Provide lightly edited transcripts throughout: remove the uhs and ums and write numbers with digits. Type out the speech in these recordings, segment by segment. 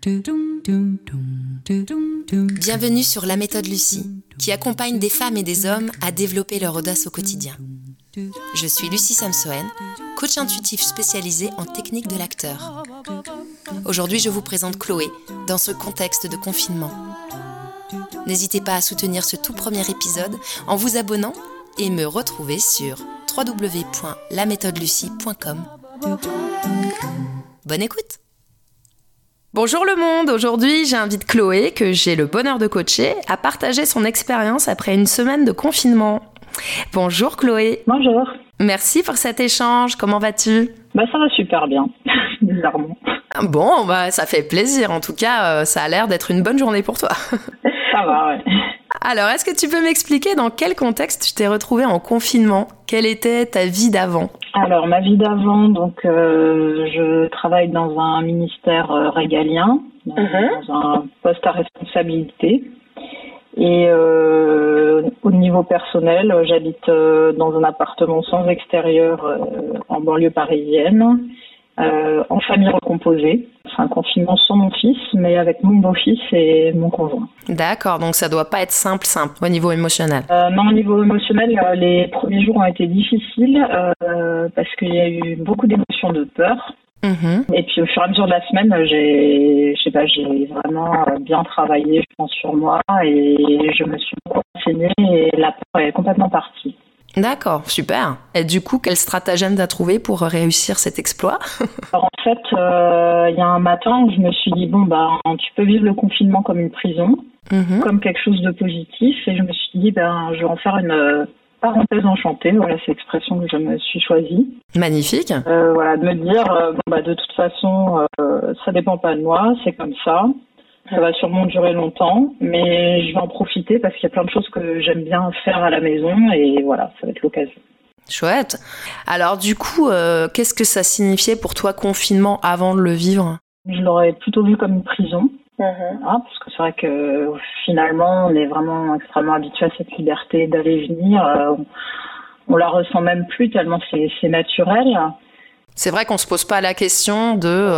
Bienvenue sur La Méthode Lucie, qui accompagne des femmes et des hommes à développer leur audace au quotidien. Je suis Lucie Samsoen, coach intuitif spécialisé en technique de l'acteur. Aujourd'hui, je vous présente Chloé dans ce contexte de confinement. N'hésitez pas à soutenir ce tout premier épisode en vous abonnant et me retrouver sur www.laméthodelucie.com. Bonne écoute! Bonjour le monde, aujourd'hui j'invite Chloé, que j'ai le bonheur de coacher, à partager son expérience après une semaine de confinement. Bonjour Chloé. Bonjour. Merci pour cet échange, comment vas-tu ? Ça va super bien, bizarrement. Bon, ça fait plaisir, en tout cas ça a l'air d'être une bonne journée pour toi. Ça va, ouais. Alors, est-ce que tu peux m'expliquer dans quel contexte tu t'es retrouvée en confinement ? Quelle était ta vie d'avant ? Alors, ma vie d'avant, je travaille dans un ministère régalien, dans un poste à responsabilité. Et au niveau personnel, j'habite dans un appartement sans extérieur en banlieue parisienne, en famille recomposée. C'est un confinement sans mon fils, mais avec mon beau-fils et mon conjoint. D'accord, donc ça doit pas être simple au niveau émotionnel. Non, au niveau émotionnel, les premiers jours ont été difficiles parce qu'il y a eu beaucoup d'émotions de peur. Et puis au fur et à mesure de la semaine, j'ai vraiment bien travaillé, je pense, sur moi et je me suis beaucoup renseignée et la peur est complètement partie. D'accord, super. Et du coup, quel stratagème t'as trouvé pour réussir cet exploit ? Alors en fait, il y a un matin où je me suis dit, tu peux vivre le confinement comme une prison, comme quelque chose de positif. Et je me suis dit, je vais en faire une parenthèse enchantée. Voilà, c'est l'expression que je me suis choisie. Magnifique. De me dire, de toute façon, ça dépend pas de moi, c'est comme ça. Ça va sûrement durer longtemps, mais je vais en profiter parce qu'il y a plein de choses que j'aime bien faire à la maison et voilà, ça va être l'occasion. Chouette. Alors du coup, qu'est-ce que ça signifiait pour toi confinement avant de le vivre ? Je l'aurais plutôt vu comme une prison, parce que c'est vrai que finalement, on est vraiment extrêmement habitué à cette liberté d'aller et venir. On la ressent même plus tellement c'est naturel. C'est vrai qu'on se pose pas la question de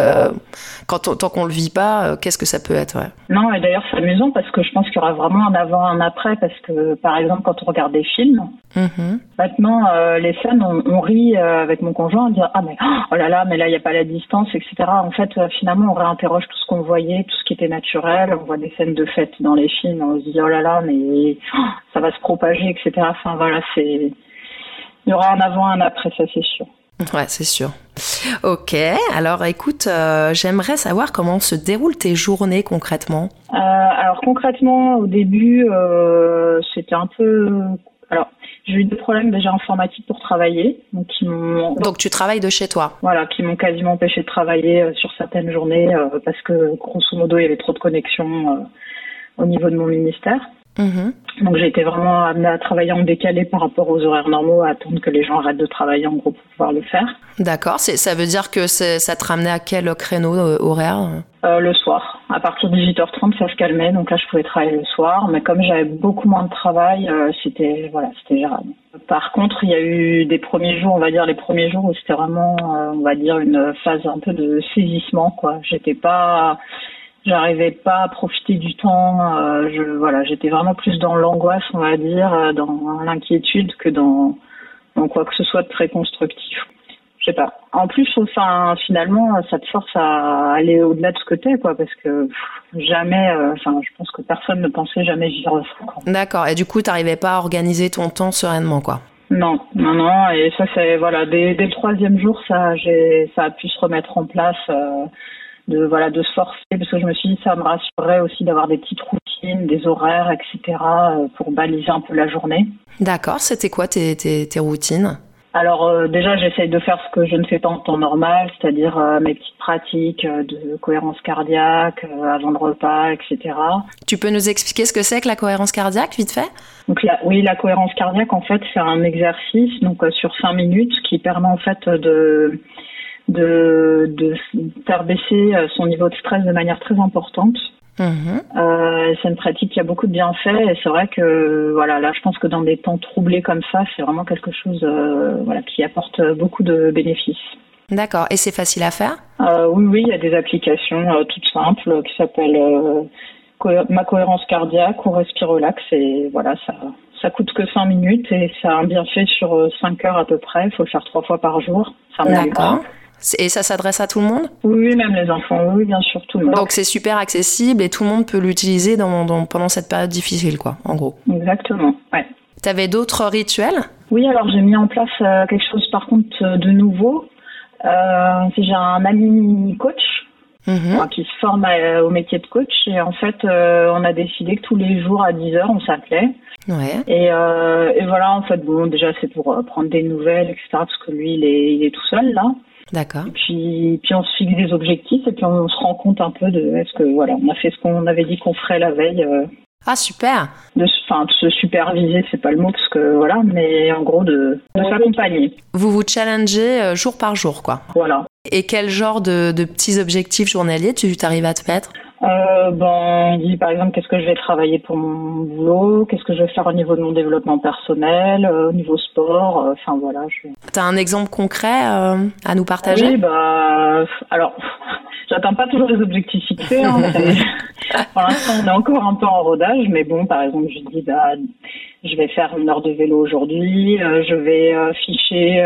tant qu'on le vit pas, qu'est-ce que ça peut être, ouais. Non, et d'ailleurs c'est amusant parce que je pense qu'il y aura vraiment un avant, un après, parce que par exemple quand on regarde des films, maintenant les scènes on rit avec mon conjoint, on dit oh là là, mais là il y a pas la distance, etc. En fait finalement on réinterroge tout ce qu'on voyait, tout ce qui était naturel, on voit des scènes de fête dans les films, on se dit oh là là, mais ça va se propager, etc. Enfin voilà, il y aura un avant, un après, ça c'est sûr. Ouais, c'est sûr. Ok, alors écoute, j'aimerais savoir comment se déroulent tes journées concrètement. Alors concrètement, au début, c'était un peu... Alors, j'ai eu des problèmes déjà informatiques pour travailler. Donc tu travailles de chez toi ? Voilà, qui m'ont quasiment empêché de travailler sur certaines journées parce que, grosso modo, il y avait trop de connexions au niveau de mon ministère. Donc j'ai été vraiment amenée à travailler en décalé par rapport aux horaires normaux, à attendre que les gens arrêtent de travailler en gros pour pouvoir le faire. D'accord, ça veut dire que ça te ramenait à quel créneau horaire ? Le soir. À partir de 18h30, ça se calmait, donc là je pouvais travailler le soir, mais comme j'avais beaucoup moins de travail, c'était gérable. Par contre, il y a eu des premiers jours, on va dire les premiers jours où c'était vraiment, une phase un peu de saisissement, quoi. J'arrivais pas à profiter du temps. J'étais vraiment plus dans l'angoisse, on va dire, dans l'inquiétude que dans quoi que ce soit de très constructif. Je sais pas. En plus, je trouve ça, finalement, ça te force à aller au-delà de ce que t'es, quoi, parce que jamais, je pense que personne ne pensait jamais vivre ça, quoi. D'accord. Et du coup, t'arrivais pas à organiser ton temps sereinement, quoi. Non. Et ça, c'est, dès le troisième jour, ça a pu se remettre en place, de se forcer, parce que je me suis dit ça me rassurerait aussi d'avoir des petites routines, des horaires, etc. Pour baliser un peu la journée. D'accord, c'était quoi tes routines ? Alors déjà j'essaye de faire ce que je ne fais pas en temps normal, c'est-à-dire mes petites pratiques de cohérence cardiaque avant le repas, etc. Tu peux nous expliquer ce que c'est que la cohérence cardiaque, vite fait ? Donc la cohérence cardiaque en fait c'est un exercice sur 5 minutes qui permet en fait de faire baisser son niveau de stress de manière très importante. C'est une pratique qui a beaucoup de bienfaits et c'est vrai que là je pense que dans des temps troublés comme ça c'est vraiment quelque chose qui apporte beaucoup de bénéfices. D'accord. Et c'est facile à faire? Oui, il y a des applications toutes simples qui s'appellent Ma cohérence cardiaque ou Respirelax, et voilà, ça coûte que 5 minutes et ça a un bienfait sur 5 heures à peu près. Il faut le faire 3 fois par jour. D'accord. Et ça s'adresse à tout le monde? Oui, même les enfants, oui, bien sûr, tout le monde. Donc c'est super accessible et tout le monde peut l'utiliser pendant cette période difficile, quoi, en gros. Exactement, ouais. T'avais d'autres rituels? Oui, alors j'ai mis en place quelque chose par contre de nouveau. J'ai un ami coach qui se forme au métier de coach, et en fait on a décidé que tous les jours à 10h on s'appelait. Ouais. Et voilà, en fait, bon, déjà c'est pour prendre des nouvelles, etc., parce que lui il est tout seul là. D'accord. Et puis on se fixe des objectifs et puis on se rend compte un peu de est-ce que voilà, on a fait ce qu'on avait dit qu'on ferait la veille. Ah, super. De se superviser, c'est pas le mot, parce que voilà, mais en gros de s'accompagner. Vous vous challengez jour par jour, quoi. Voilà. Et quel genre de petits objectifs journaliers tu t'arrives à te mettre? On dit par exemple qu'est-ce que je vais travailler pour mon boulot, qu'est-ce que je vais faire au niveau de mon développement personnel, au niveau sport, enfin voilà. T'as un exemple concret à nous partager? Oui, alors j'atteins pas toujours les objectifs fixés. Pour l'instant, on est encore un peu en rodage, mais bon, par exemple, je dis je vais faire 1 heure de vélo aujourd'hui, je vais ficher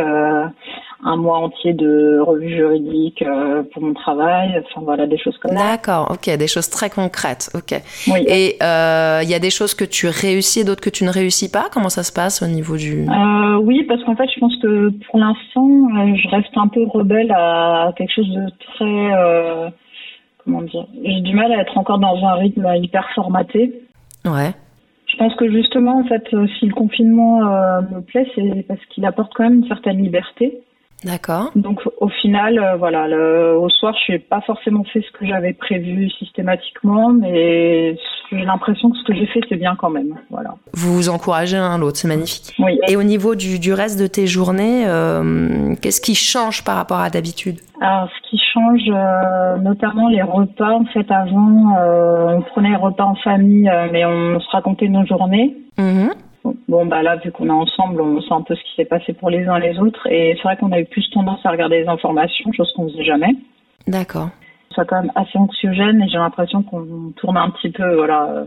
un mois entier de revues juridiques pour mon travail, enfin voilà, des choses comme ça. D'accord, ok, des choses très concrètes, ok. Oui. Et il y a des choses que tu réussis et d'autres que tu ne réussis pas? Comment ça se passe au niveau du... Oui, parce qu'en fait, je pense que pour l'instant, je reste un peu rebelle à quelque chose de très... comment dire, j'ai du mal à être encore dans un rythme hyper formaté. Ouais. Je pense que justement, en fait, si le confinement me plaît, c'est parce qu'il apporte quand même une certaine liberté. D'accord. Donc au final, au soir, je n'ai pas forcément fait ce que j'avais prévu systématiquement, mais j'ai l'impression que ce que j'ai fait, c'est bien quand même. Voilà. Vous vous encouragez l'un l'autre, c'est magnifique. Oui. Et au niveau du reste de tes journées, qu'est-ce qui change par rapport à d'habitude? Alors, ce qui change, notamment les repas. En fait, avant, on prenait les repas en famille, mais on se racontait nos journées. Bon, là, vu qu'on est ensemble, on sait un peu ce qui s'est passé pour les uns les autres. Et c'est vrai qu'on a eu plus tendance à regarder les informations, chose qu'on ne faisait jamais. D'accord. C'est quand même assez anxiogène et j'ai l'impression qu'on tourne un petit peu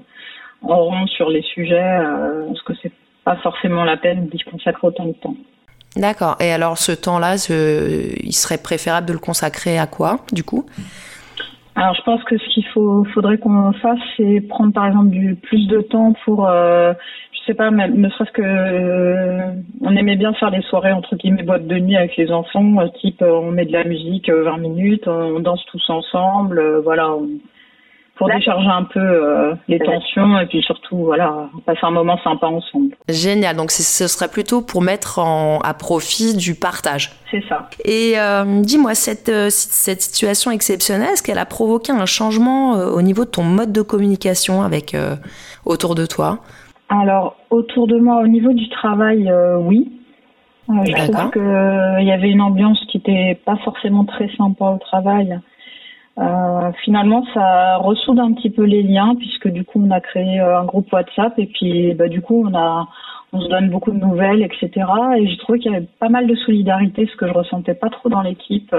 en rond sur les sujets, parce que c'est pas forcément la peine d'y consacrer autant de temps. D'accord. Et alors, ce temps-là, il serait préférable de le consacrer à quoi, du coup? Alors, je pense que ce qu'il faudrait qu'on fasse, c'est prendre, par exemple, plus de temps pour, je sais pas, même, ne serait-ce que, on aimait bien faire des soirées, entre guillemets, boîte de nuit avec les enfants, type, on met de la musique 20 minutes, on danse tous ensemble, voilà, pour décharger un peu les tensions et puis surtout, voilà, passer un moment sympa ensemble. Génial, donc ce serait plutôt pour mettre à profit du partage. C'est ça. Et dis-moi, cette situation exceptionnelle, est-ce qu'elle a provoqué un changement au niveau de ton mode de communication avec autour de toi? Alors, autour de moi, au niveau du travail, oui. Je trouve qu'il y avait une ambiance qui n'était pas forcément très sympa au travail. Finalement, ça ressoude un petit peu les liens puisque du coup, on a créé un groupe WhatsApp et puis du coup, on se donne beaucoup de nouvelles, etc. Et j'ai trouvé qu'il y avait pas mal de solidarité, ce que je ressentais pas trop dans l'équipe.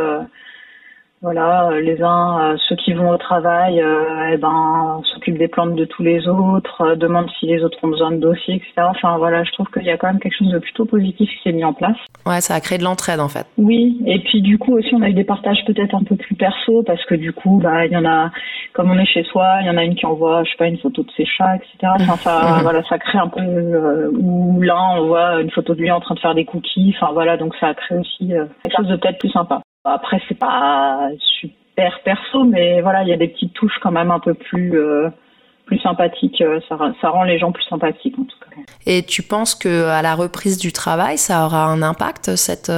Voilà, les uns, ceux qui vont au travail, s'occupent des plantes de tous les autres, demandent si les autres ont besoin de dossiers, etc. Enfin voilà, je trouve qu'il y a quand même quelque chose de plutôt positif qui s'est mis en place. Ouais, ça a créé de l'entraide en fait. Oui, et puis du coup aussi on a eu des partages peut-être un peu plus perso parce que du coup il y en a, comme on est chez soi, il y en a une qui envoie, je sais pas, une photo de ses chats, etc. Enfin ça, voilà, ça crée un peu où là on voit une photo de lui en train de faire des cookies. Enfin voilà, donc ça a créé aussi quelque chose de peut-être plus sympa. Après, c'est pas super perso, mais voilà, il y a des petites touches quand même un peu plus sympathiques. Ça rend les gens plus sympathiques, en tout cas. Et tu penses qu'à la reprise du travail, ça aura un impact,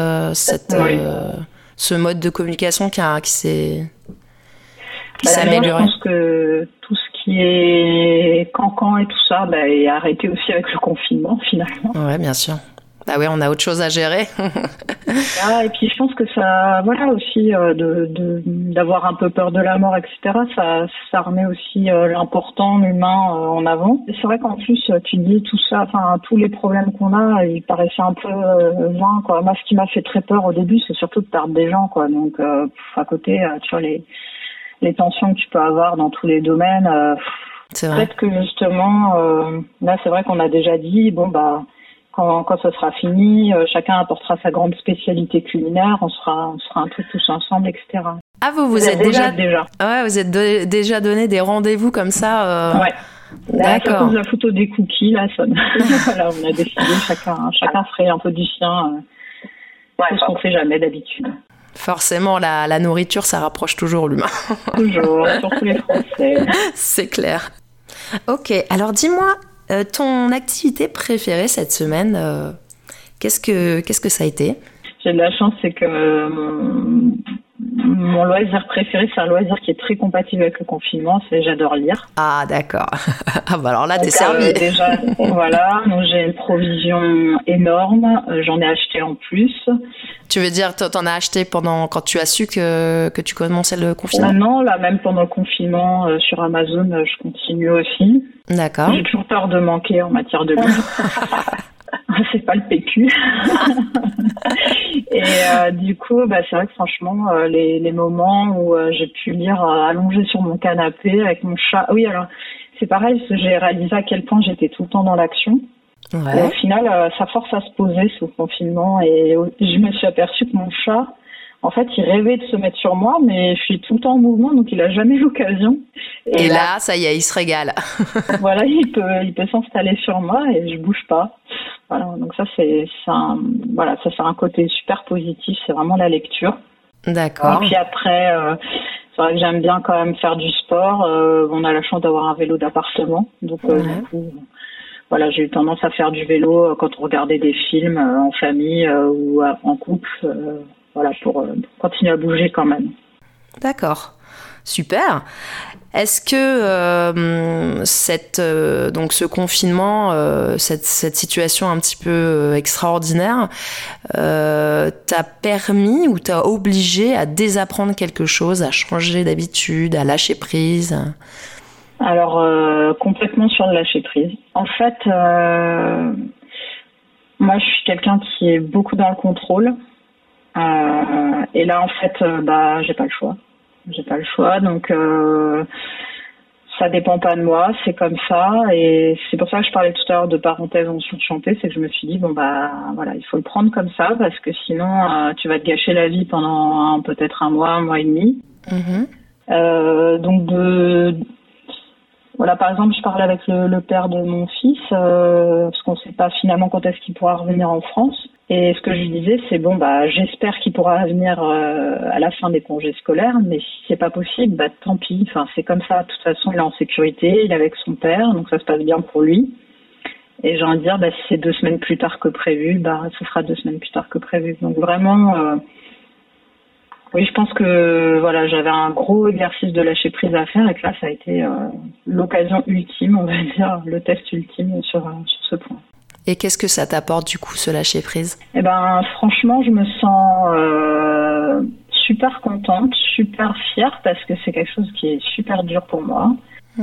ce mode de communication qui s'est amélioré? Je pense que tout ce qui est cancan et tout ça est arrêté aussi avec le confinement, finalement. Ouais, bien sûr. Ah ouais, on a autre chose à gérer. Et puis je pense que ça, voilà aussi, d'avoir un peu peur de la mort, etc. Ça remet aussi l'important, l'humain en avant. Et c'est vrai qu'en plus, tu dis tout ça, enfin tous les problèmes qu'on a, ils paraissaient un peu vains, quoi. Moi, ce qui m'a fait très peur au début, c'est surtout de perdre des gens, quoi. Donc à côté, tu vois les tensions que tu peux avoir dans tous les domaines. C'est vrai. Peut-être que justement, là, c'est vrai qu'on a déjà dit, bon bah. Quand ce sera fini, chacun apportera sa grande spécialité culinaire, on sera un truc tous ensemble, etc. Ah, vous êtes déjà. Ouais, vous êtes déjà donné des rendez-vous comme ça. Ouais. D'accord. À cause de la photo des cookies, là, ça. Voilà, on a décidé, chacun ferait un peu du sien. Ce qu'on fait jamais d'habitude. Forcément, la nourriture, ça rapproche toujours l'humain. Toujours, surtout les Français. C'est clair. Ok, alors dis-moi. Ton activité préférée cette semaine, qu'est-ce que ça a été? J'ai de la chance, c'est que mon loisir préféré, c'est un loisir qui est très compatible avec le confinement, c'est j'adore lire. Ah d'accord. Ah bah alors là, t'es servi. Déjà, voilà, donc j'ai une provision énorme, j'en ai acheté en plus. Tu veux dire, t'en as acheté quand tu as su que tu commençais le confinement? Non, là même pendant le confinement sur Amazon, je continue aussi. D'accord. J'ai toujours peur de manquer en matière de livres. C'est pas le PQ. Et du coup, c'est vrai que franchement, les moments où j'ai pu lire allongée sur mon canapé avec mon chat. Oui, alors c'est pareil, parce que j'ai réalisé à quel point j'étais tout le temps dans l'action. Ouais. Et au final, ça force à se poser sous le confinement. Et je me suis aperçue que mon chat, en fait, il rêvait de se mettre sur moi, mais je suis tout le temps en mouvement, donc il a jamais l'occasion. Et là, ça y est, il se régale. Voilà, il peut s'installer sur moi et je bouge pas. Voilà, donc ça c'est un côté super positif, c'est vraiment la lecture. D'accord. Et puis après, c'est vrai que j'aime bien quand même faire du sport. On a la chance d'avoir un vélo d'appartement, donc du coup, voilà, j'ai eu tendance à faire du vélo quand on regardait des films en famille ou en couple, voilà, pour continuer à bouger quand même. D'accord, super. Est-ce que donc ce confinement, cette situation un petit peu extraordinaire, t'a permis ou t'a obligé à désapprendre quelque chose, à changer d'habitude, à lâcher prise? Alors complètement sur le lâcher prise. En fait, moi je suis quelqu'un qui est beaucoup dans le contrôle. Et là en fait, j'ai pas le choix. J'ai pas le choix, donc ça dépend pas de moi, c'est comme ça. Et c'est pour ça que je parlais tout à l'heure de parenthèse en surchanté, c'est que je me suis dit voilà, il faut le prendre comme ça parce que sinon tu vas te gâcher la vie pendant peut-être un mois et demi. Donc voilà, par exemple, je parlais avec le père de mon fils parce qu'on sait pas finalement quand est-ce qu'il pourra revenir en France. Et ce que je lui disais, c'est j'espère qu'il pourra venir à la fin des congés scolaires, mais si c'est pas possible, tant pis. Enfin, c'est comme ça. De toute façon, il est en sécurité, il est avec son père, donc ça se passe bien pour lui. Et j'ai envie de dire, si c'est 2 semaines plus tard que prévu, ce sera 2 semaines plus tard que prévu. Donc vraiment, oui, je pense que voilà, j'avais un gros exercice de lâcher prise à faire et que là, ça a été l'occasion ultime, on va dire, le test ultime sur ce point. Et qu'est-ce que ça t'apporte du coup, ce lâcher prise? Franchement, je me sens super contente, super fière parce que c'est quelque chose qui est super dur pour moi.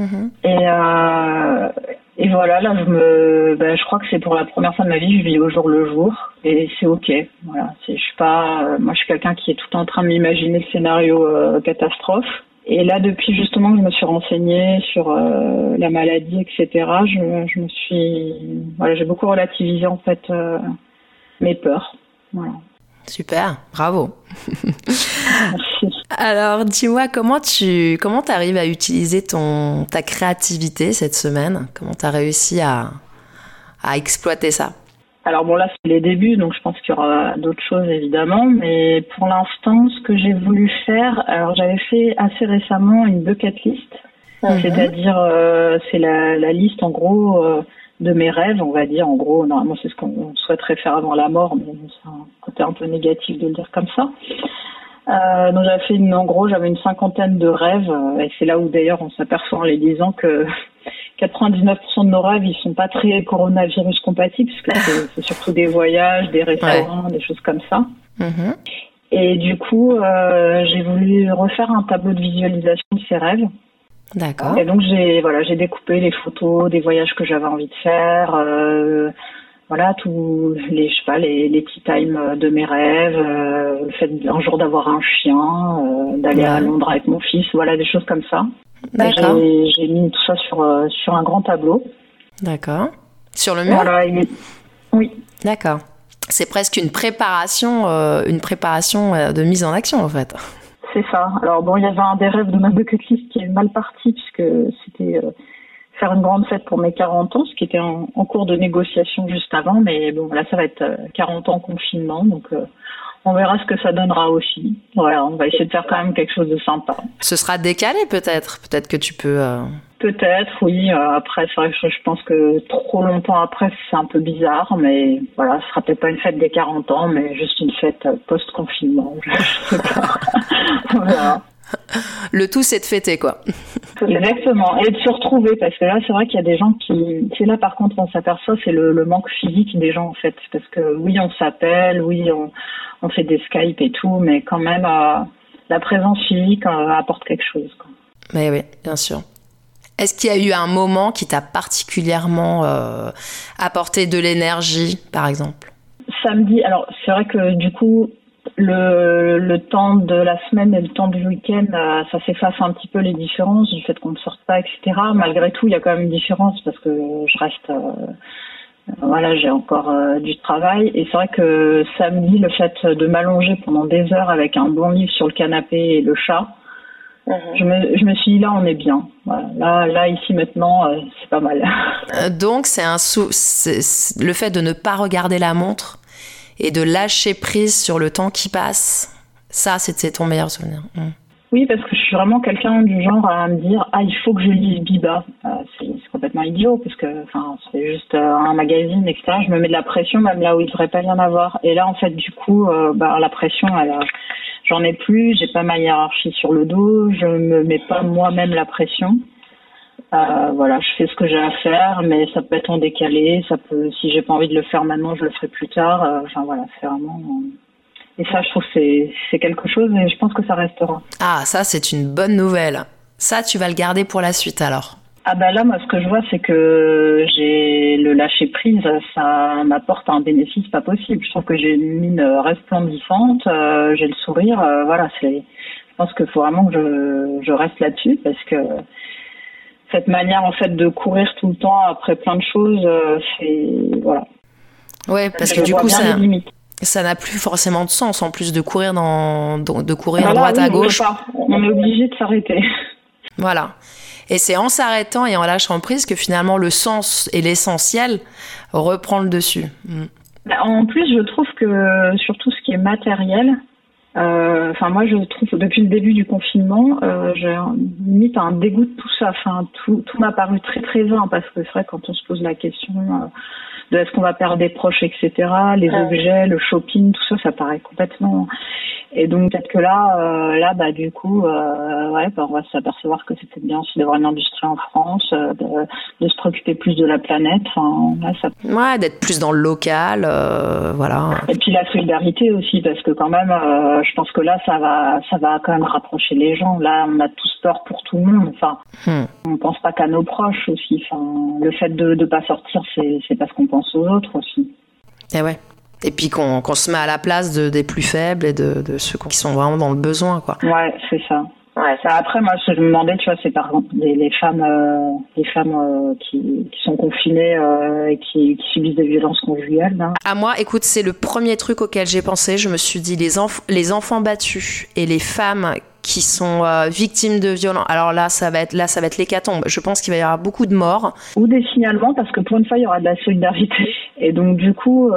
Et voilà, là, je crois que c'est pour la première fois de ma vie, je vis au jour le jour et c'est ok. Voilà, moi, je suis quelqu'un qui est tout le temps en train de m'imaginer le scénario catastrophe. Et là, depuis justement que je me suis renseignée sur la maladie, etc., je me suis, j'ai beaucoup relativisé en fait mes peurs. Voilà. Super, bravo. Merci. Alors, dis-moi, comment t'arrives à utiliser ta créativité cette semaine? Comment t'as réussi à exploiter ça? Alors là, c'est les débuts, donc je pense qu'il y aura d'autres choses évidemment, mais pour l'instant, ce que j'ai voulu faire, alors j'avais fait assez récemment une bucket list, c'est-à-dire c'est la liste en gros de mes rêves, on va dire. En gros, normalement, c'est ce qu'on souhaiterait faire avant la mort, mais c'est un côté un peu négatif de le dire comme ça. Donc j'avais une 50aine de rêves, et c'est là où d'ailleurs on s'aperçoit en les lisant que 99% de nos rêves, ils sont pas très coronavirus compatibles, parce que c'est surtout des voyages, des restaurants, des choses comme ça. Et du coup, j'ai voulu refaire un tableau de visualisation de ces rêves. D'accord. Et donc j'ai découpé les photos des voyages que j'avais envie de faire, tous les tea time de mes rêves, le fait un jour d'avoir un chien, d'aller à Londres avec mon fils, des choses comme ça. D'accord. J'ai mis tout ça sur un grand tableau. D'accord. Sur le mur? Voilà, oui. D'accord. C'est presque une préparation de mise en action, en fait. C'est ça. Alors bon, il y avait un des rêves de ma bucket list qui est mal parti, puisque c'était faire une grande fête pour mes 40 ans, ce qui était en cours de négociation juste avant. Mais bon, là, ça va être 40 ans confinement, donc on verra ce que ça donnera aussi. Voilà, on va essayer de faire quand même quelque chose de sympa. Ce sera décalé peut-être. Peut-être que tu peux... Peut-être, oui. Après, c'est vrai que je pense que trop longtemps après, c'est un peu bizarre. Mais voilà, ce sera peut-être pas une fête des 40 ans, mais juste une fête post-confinement. Je sais pas. Voilà. Le tout, c'est de fêter, quoi. Exactement. Et de se retrouver, parce que là, c'est vrai qu'il y a des gens qui... C'est là, par contre, on s'aperçoit, c'est le manque physique des gens, en fait. Parce que oui, on s'appelle, oui, on fait des Skype et tout, mais quand même, la présence physique apporte quelque chose, quoi. Mais oui, bien sûr. Est-ce qu'il y a eu un moment qui t'a particulièrement apporté de l'énergie, par exemple? Samedi, alors c'est vrai que du coup, le temps de la semaine et le temps du week-end, ça s'efface un petit peu les différences du fait qu'on ne sorte pas, etc. Malgré tout, il y a quand même une différence parce que je reste... j'ai encore du travail. Et c'est vrai que samedi, le fait de m'allonger pendant des heures avec un bon livre sur le canapé et le chat, je me suis dit, là, on est bien. Voilà. Là, ici, maintenant, c'est pas mal. Donc, c'est le fait de ne pas regarder la montre et de lâcher prise sur le temps qui passe. Ça, c'était ton meilleur souvenir. Oui, parce que je suis vraiment quelqu'un du genre à me dire, il faut que je lise Biba. C'est complètement idiot, parce que c'est juste un magazine, etc. Je me mets de la pression, même là où il devrait pas y en avoir. Et là, en fait, du coup, la pression, j'en ai plus, j'ai pas ma hiérarchie sur le dos, je me mets pas moi-même la pression. Je fais ce que j'ai à faire, mais ça peut être en décalé, si j'ai pas envie de le faire maintenant, je le ferai plus tard. C'est vraiment... Et ça, je trouve que c'est quelque chose et je pense que ça restera. Ah, ça, c'est une bonne nouvelle. Ça, tu vas le garder pour la suite, alors? Là, moi, ce que je vois, c'est que j'ai le lâcher prise, ça m'apporte un bénéfice pas possible. Je trouve que j'ai une mine resplendissante, j'ai le sourire, je pense qu'il faut vraiment que je reste là-dessus parce que cette manière, en fait, de courir tout le temps après plein de choses, voilà. Ouais, parce que du coup, ça n'a plus forcément de sens, en plus de courir à droite à gauche. On est obligé de s'arrêter. Voilà. Et c'est en s'arrêtant et en lâchant prise que finalement le sens et l'essentiel reprend le dessus. En plus, je trouve que sur tout ce qui est matériel, moi je trouve depuis le début du confinement, j'ai limite un dégoût de tout ça. Tout m'a paru très très vain parce que c'est vrai quand on se pose la question de est-ce qu'on va perdre des proches, etc. Les objets, le shopping, tout ça, ça paraît complètement. Et donc peut-être que là, du coup, on va s'apercevoir que c'était bien aussi d'avoir une industrie en France, de se préoccuper plus de la planète. Ouais, d'être plus dans le local, voilà. Et puis la solidarité aussi, parce que quand même, je pense que là, ça va quand même rapprocher les gens. Là, on a tous peur pour tout le monde. On pense pas qu'à nos proches aussi. Le fait de pas sortir, c'est parce qu'on pense aux autres aussi. Et ouais. Et puis qu'on se met à la place des plus faibles et de ceux qui sont vraiment dans le besoin, quoi. Ouais, c'est ça. Ouais, ça. Après, moi, ce que je me demandais, tu vois, c'est par exemple les femmes qui sont confinées et qui subissent des violences conjugales. Là. À moi, écoute, c'est le premier truc auquel j'ai pensé. Je me suis dit les enfants battus et les femmes qui sont victimes de violences. Alors là, ça va être l'hécatombe. Je pense qu'il va y avoir beaucoup de morts. Ou des signalements, parce que pour une fois, il y aura de la solidarité. Et donc, du coup,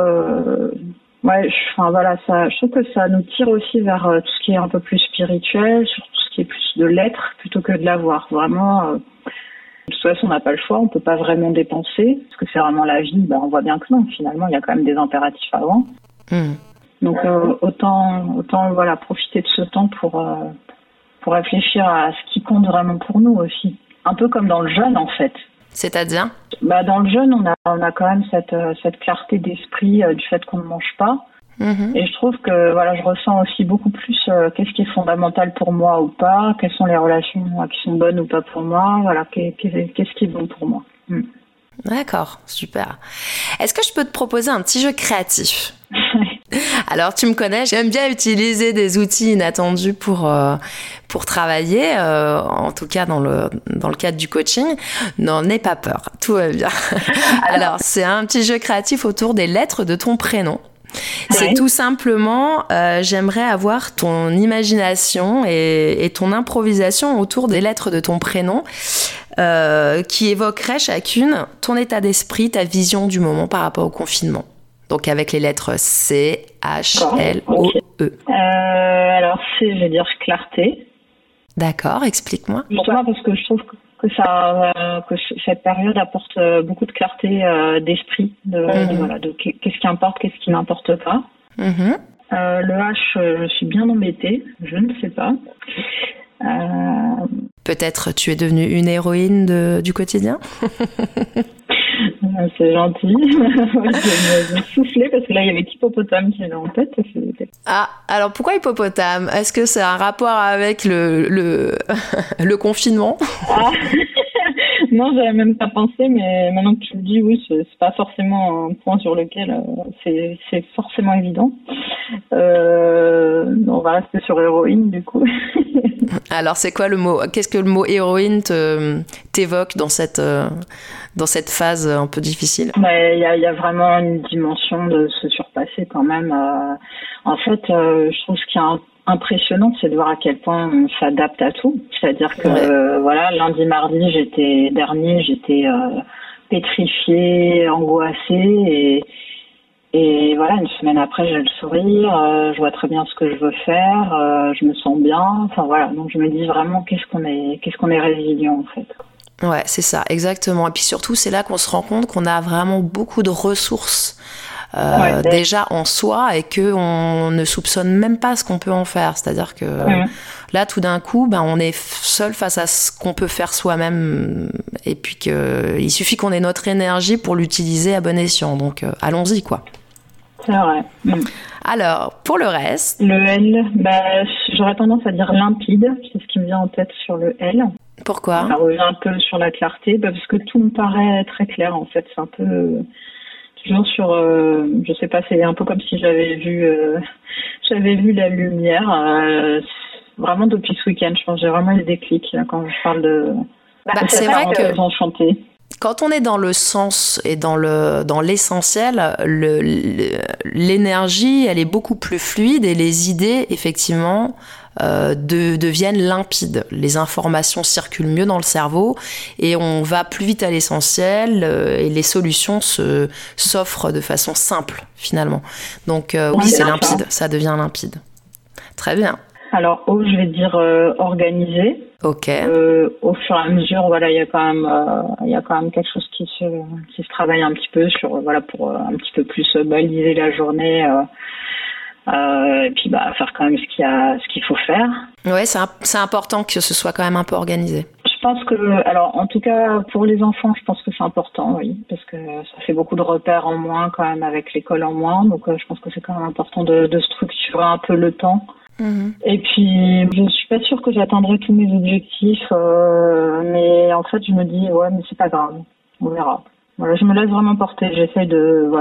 je trouve que ça nous tire aussi vers tout ce qui est un peu plus spirituel, sur tout ce qui est plus de l'être, plutôt que de l'avoir. Vraiment, de toute façon, on n'a pas le choix, on peut pas vraiment dépenser, parce que c'est vraiment la vie. On voit bien que non, finalement, il y a quand même des impératifs avant. Donc, autant profiter de ce temps pour réfléchir à ce qui compte vraiment pour nous aussi. Un peu comme dans le jeûne, en fait. C'est-à-dire ? Dans le jeûne, on a quand même cette clarté d'esprit du fait qu'on ne mange pas. Et je trouve que je ressens aussi beaucoup plus qu'est-ce qui est fondamental pour moi ou pas, quelles sont les relations qui sont bonnes ou pas pour moi, qu'est-ce qui est bon pour moi. D'accord, super. Est-ce que je peux te proposer un petit jeu créatif ? Alors, tu me connais, j'aime bien utiliser des outils inattendus pour travailler, en tout cas dans le cadre du coaching. N'en aie pas peur, tout va bien. Alors, c'est un petit jeu créatif autour des lettres de ton prénom. C'est tout simplement, j'aimerais avoir ton imagination et ton improvisation autour des lettres de ton prénom qui évoqueraient chacune ton état d'esprit, ta vision du moment par rapport au confinement. Donc avec les lettres C, H, L, O, E. Alors C, je vais dire clarté. D'accord, explique-moi. Justement parce que je trouve que cette période apporte beaucoup de clarté d'esprit, de qu'est-ce qui importe, qu'est-ce qui n'importe pas. Le H, je suis bien embêtée, je ne sais pas. Peut-être tu es devenue une héroïne du quotidien. C'est gentil. Je vais souffler parce que là il y avait hippopotame qui est en tête. Ah, alors pourquoi hippopotame ? Est-ce que c'est un rapport avec le confinement ? Non, j'avais même pas pensé, mais maintenant que tu le dis, oui, c'est pas forcément un point sur lequel c'est forcément évident. On va rester sur héroïne du coup. Alors c'est quoi le mot ? Qu'est-ce que le mot héroïne t'évoque dans cette phase un peu difficile ? Il y a vraiment une dimension de se surpasser quand même. En fait, je trouve ce qui est impressionnant, c'est de voir à quel point on s'adapte à tout. C'est-à-dire que lundi, mardi, j'étais pétrifiée, angoissée et voilà, une semaine après, j'ai le sourire, je vois très bien ce que je veux faire, je me sens bien. Enfin voilà, donc je me dis vraiment qu'est-ce qu'on est résilient en fait. Ouais, c'est ça, exactement. Et puis surtout, c'est là qu'on se rend compte qu'on a vraiment beaucoup de ressources déjà en soi et qu'on ne soupçonne même pas ce qu'on peut en faire. C'est-à-dire que là, tout d'un coup, on est seul face à ce qu'on peut faire soi-même et puis qu'il suffit qu'on ait notre énergie pour l'utiliser à bon escient. Donc, allons-y, quoi. C'est vrai. Alors, pour le reste... Le L, j'aurais tendance à dire limpide. C'est ce qui me vient en tête sur le L. Pourquoi ? Ça revient un peu sur la clarté, parce que tout me paraît très clair, en fait. C'est un peu... toujours sur... je sais pas, c'est un peu comme si j'avais vu la lumière. Vraiment depuis ce week-end, je pense que j'ai vraiment eu le déclic quand je parle de... c'est vrai que... Enchanté. Quand on est dans le sens et dans l'essentiel, l'énergie, elle est beaucoup plus fluide et les idées, effectivement, deviennent limpides. Les informations circulent mieux dans le cerveau et on va plus vite à l'essentiel et les solutions s'offrent de façon simple, finalement. Donc oui, c'est limpide, ça devient limpide. Très bien. Alors, je vais dire organisé. Ok. Au fur et à mesure, il y a quand même quelque chose qui se travaille un petit peu sur, pour un petit peu plus baliser la journée, et puis faire quand même ce qu'il faut faire. Ouais, c'est important que ce soit quand même un peu organisé. Je pense que, alors en tout cas pour les enfants, je pense que c'est important, oui, parce que ça fait beaucoup de repères en moins quand même avec l'école en moins, donc je pense que c'est quand même important de structurer un peu le temps. Et puis, je suis pas sûre que j'atteindrai tous mes objectifs, mais en fait, je me dis, mais c'est pas grave, on verra. Voilà, je me laisse vraiment porter. J'essaye de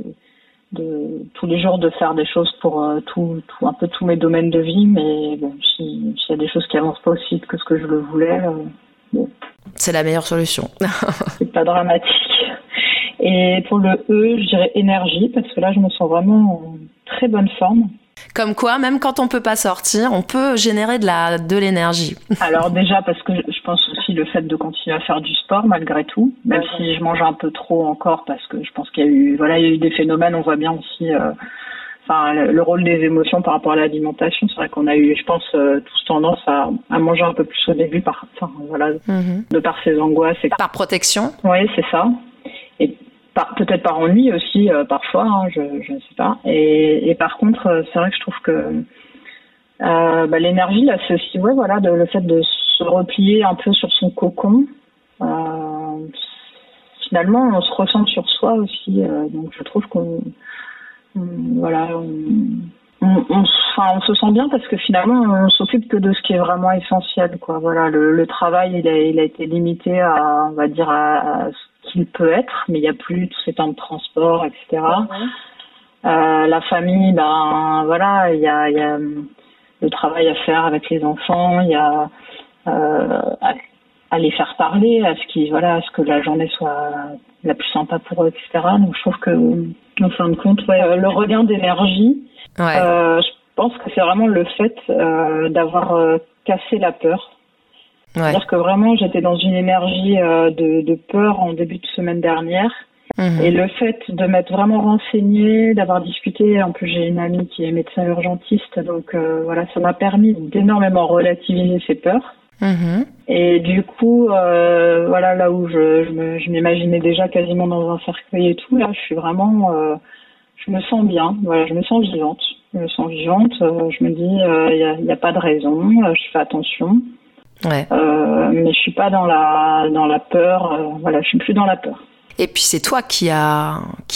tous les jours de faire des choses pour un peu tous mes domaines de vie, mais bon, s'il y a des choses qui avancent pas aussi vite que ce que je le voulais, bon. C'est la meilleure solution. C'est pas dramatique. Et pour le E, je dirais énergie, parce que là, je me sens vraiment en très bonne forme. Comme quoi, même quand on peut pas sortir, on peut générer de l'énergie. Alors déjà, parce que je pense aussi le fait de continuer à faire du sport malgré tout, même si je mange un peu trop encore, parce que je pense qu'il y a eu des phénomènes, on voit bien aussi le rôle des émotions par rapport à l'alimentation. C'est vrai qu'on a eu, je pense, tous tendance à manger un peu plus au début, de par ses angoisses. Par protection. Oui, c'est ça. Et peut-être par ennui aussi, parfois, je ne sais pas. Et par contre, c'est vrai que je trouve que l'énergie, là, c'est aussi, le fait de se replier un peu sur son cocon, finalement, on se ressent sur soi aussi. Donc, je trouve on se sent bien parce que finalement, on s'occupe que de ce qui est vraiment essentiel, quoi. Voilà, le travail, il a été limité à, on va dire, à ce qu'il peut être, mais il n'y a plus tous ces temps de transport, etc. La famille, ben voilà, il y a le travail à faire avec les enfants, il y a à les faire parler, à ce que la journée soit la plus sympa pour eux, etc. Donc je trouve que, en fin de compte, le regain d'énergie, je pense que c'est vraiment le fait d'avoir cassé la peur. Ouais. C'est-à-dire que vraiment, j'étais dans une énergie de peur en début de semaine dernière. Et le fait de m'être vraiment renseignée, d'avoir discuté, en plus j'ai une amie qui est médecin urgentiste, donc voilà, ça m'a permis d'énormément relativiser ces peurs. Et du coup, voilà, là où je m'imaginais déjà quasiment dans un cercueil et tout, là, je suis vraiment, je me sens bien, voilà, je me sens vivante. Je me dis, il y a pas de raison, je fais attention. Ouais. Mais je suis pas dans la peur, voilà, je suis plus dans la peur. Et puis c'est toi qui a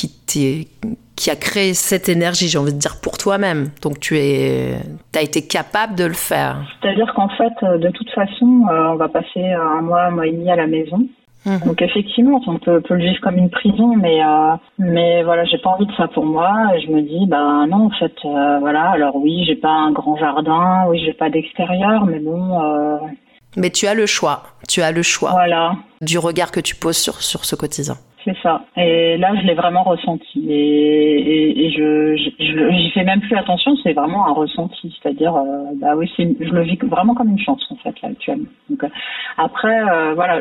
créé cette énergie, j'ai envie de dire, pour toi-même. Donc t'as été capable de le faire. C'est-à-dire qu'en fait, de toute façon, on va passer un mois et demi à la maison. Donc effectivement, on peut le vivre comme une prison, mais voilà, j'ai pas envie de ça pour moi. Et je me dis, bah non, en fait, voilà. Alors oui, j'ai pas un grand jardin, oui, j'ai pas d'extérieur, mais bon. Mais tu as le choix. Voilà. Du regard que tu poses sur ce quotidien. C'est ça. Et là, je l'ai vraiment ressenti. Et j'y fais même plus attention, c'est vraiment un ressenti. C'est-à-dire, bah oui, je le vis vraiment comme une chance, en fait, là, actuellement. Donc, après, voilà,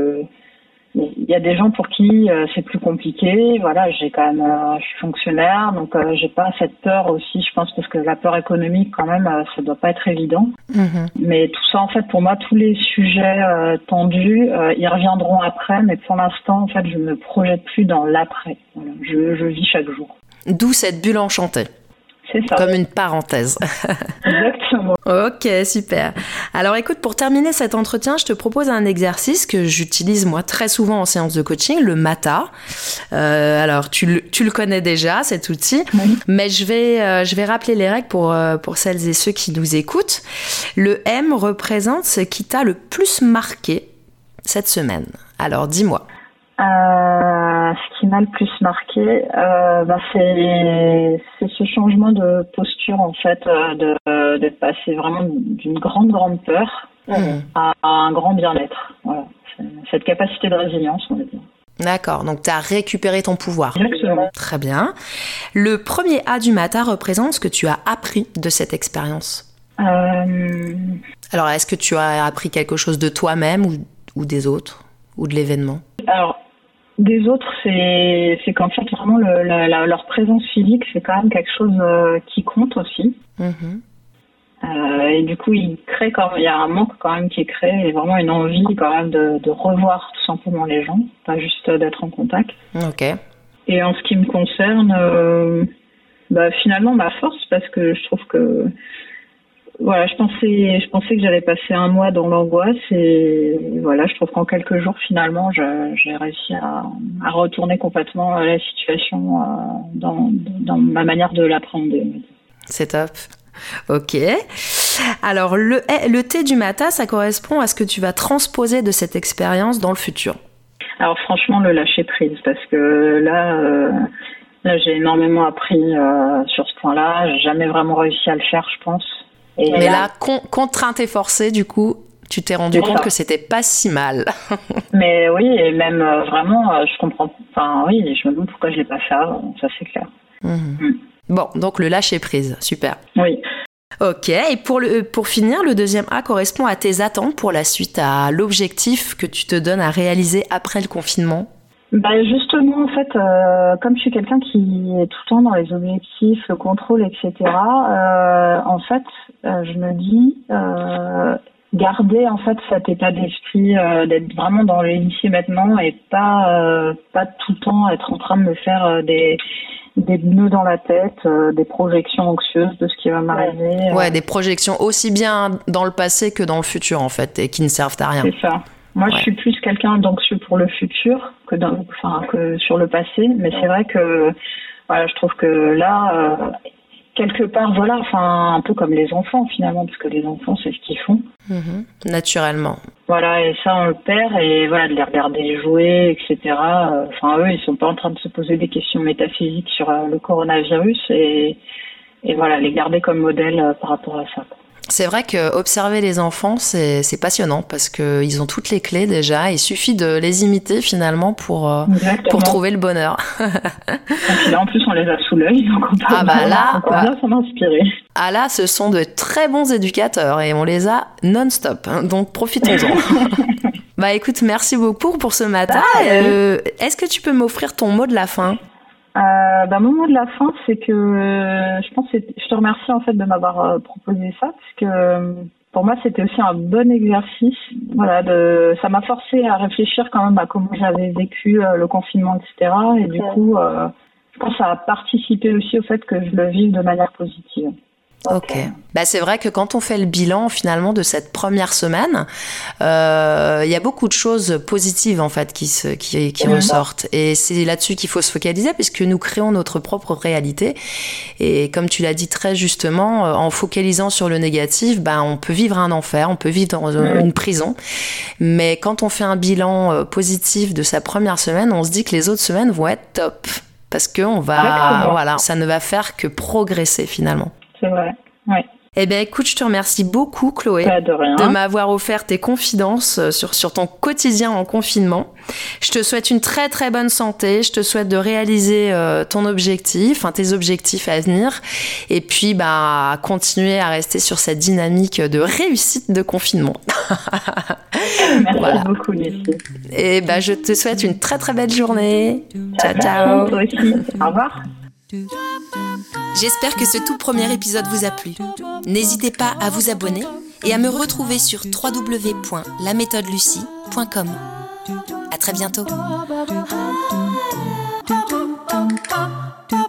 il y a des gens pour qui c'est plus compliqué. Voilà, je suis fonctionnaire, donc j'ai pas cette peur aussi, je pense, parce que la peur économique, quand même, ça doit pas être évident. Mais tout ça, en fait, pour moi, tous les sujets tendus, ils reviendront après. Mais pour l'instant, en fait, je me projette plus dans l'après. Voilà, je vis chaque jour. D'où cette bulle enchantée. C'est ça. Comme une parenthèse. Exactement. Ok, super. Alors écoute, pour terminer cet entretien, je te propose un exercice que j'utilise moi très souvent en séance de coaching, le MATA. Alors tu le connais déjà, cet outil, oui. Mais je vais rappeler les règles pour celles et ceux qui nous écoutent. Le M représente ce qui t'a le plus marqué cette semaine. Alors dis-moi. Ce qui m'a le plus marqué, c'est ce changement de posture, en fait, de passer vraiment d'une grande peur à un grand bien-être. Voilà. Cette capacité de résilience, on va dire. D'accord, donc tu as récupéré ton pouvoir. Exactement. Très bien. Le premier A du MATA représente ce que tu as appris de cette expérience. Alors, est-ce que tu as appris quelque chose de toi-même ou des autres, ou de l'événement ? Alors, des autres, c'est qu'en fait, vraiment, leur présence physique, c'est quand même quelque chose qui compte aussi. Et du coup, il y a un manque quand même qui est créé, et vraiment une envie quand même de revoir tout simplement les gens, pas juste d'être en contact. Ok. Et en ce qui me concerne, finalement, ma force, parce que je trouve que voilà, je pensais que j'allais passer un mois dans l'angoisse, et voilà, je trouve qu'en quelques jours, finalement, j'ai réussi à retourner complètement la situation dans ma manière de l'appréhender. C'est top. Ok. Alors, le T du MATA, ça correspond à ce que tu vas transposer de cette expérience dans le futur. Alors, franchement, le lâcher prise, parce que là, j'ai énormément appris sur ce point-là. J'ai jamais vraiment réussi à le faire, je pense. Mais là, contrainte et forcée, du coup, tu t'es rendu compte que c'était pas si mal. Mais oui, et même vraiment, je comprends. Enfin, oui, je me demande pourquoi je l'ai pas fait avant, ça c'est clair. Bon, donc le lâcher prise, super. Oui. Ok, et pour finir, le deuxième A correspond à tes attentes pour la suite, à l'objectif que tu te donnes à réaliser après le confinement. Justement, en fait, comme je suis quelqu'un qui est tout le temps dans les objectifs, le contrôle, etc., en fait, je me dis, garder en fait cet état d'esprit, d'être vraiment dans les lycées maintenant et pas tout le temps être en train de me faire des nœuds dans la tête, des projections anxieuses de ce qui va m'arriver. Ouais, des projections aussi bien dans le passé que dans le futur, en fait, et qui ne servent à rien. C'est ça. Moi, je suis plus quelqu'un d'anxieux pour le futur que sur le passé. Mais c'est vrai que, voilà, je trouve que là, quelque part, voilà, un peu comme les enfants finalement, parce que les enfants, c'est ce qu'ils font. Naturellement. Voilà, et ça, on le perd, et voilà, de les regarder jouer, etc. Eux, ils sont pas en train de se poser des questions métaphysiques sur le coronavirus, et voilà, les garder comme modèle par rapport à ça. C'est vrai que observer les enfants, c'est passionnant parce que ils ont toutes les clés déjà. Il suffit de les imiter finalement pour trouver le bonheur. Et puis là, en plus, on les a sous l'œil, donc on peut bien s'en inspirer. Ah là, ce sont de très bons éducateurs et on les a non-stop, hein, donc profitons-en. Bah écoute, merci beaucoup pour ce matin. Est-ce que tu peux m'offrir ton mot de la fin ? Mon mot de la fin, c'est que je te remercie en fait de m'avoir proposé ça, parce que pour moi c'était aussi un bon exercice. Voilà, ça m'a forcé à réfléchir quand même à comment j'avais vécu le confinement, etc. Et du coup, je pense que ça a participé aussi au fait que je le vive de manière positive. Ok. Bah c'est vrai que quand on fait le bilan finalement de cette première semaine, il y a beaucoup de choses positives en fait qui ressortent, et c'est là-dessus qu'il faut se focaliser puisque nous créons notre propre réalité. Et comme tu l'as dit très justement, en focalisant sur le négatif, on peut vivre un enfer, on peut vivre dans une prison. Mais quand on fait un bilan positif de sa première semaine, on se dit que les autres semaines vont être top parce que ça ne va faire que progresser finalement. C'est vrai, oui. Eh bien, écoute, je te remercie beaucoup, Chloé, de m'avoir offert tes confidences sur ton quotidien en confinement. Je te souhaite une très, très bonne santé. Je te souhaite de réaliser tes objectifs à venir. Et puis, continuer à rester sur cette dynamique de réussite de confinement. Merci beaucoup, Lucie. Et je te souhaite une très, très belle journée. Ciao, ciao. Toi aussi. Au revoir. J'espère que ce tout premier épisode vous a plu. N'hésitez pas à vous abonner et à me retrouver sur www.laméthodelucie.com. À très bientôt.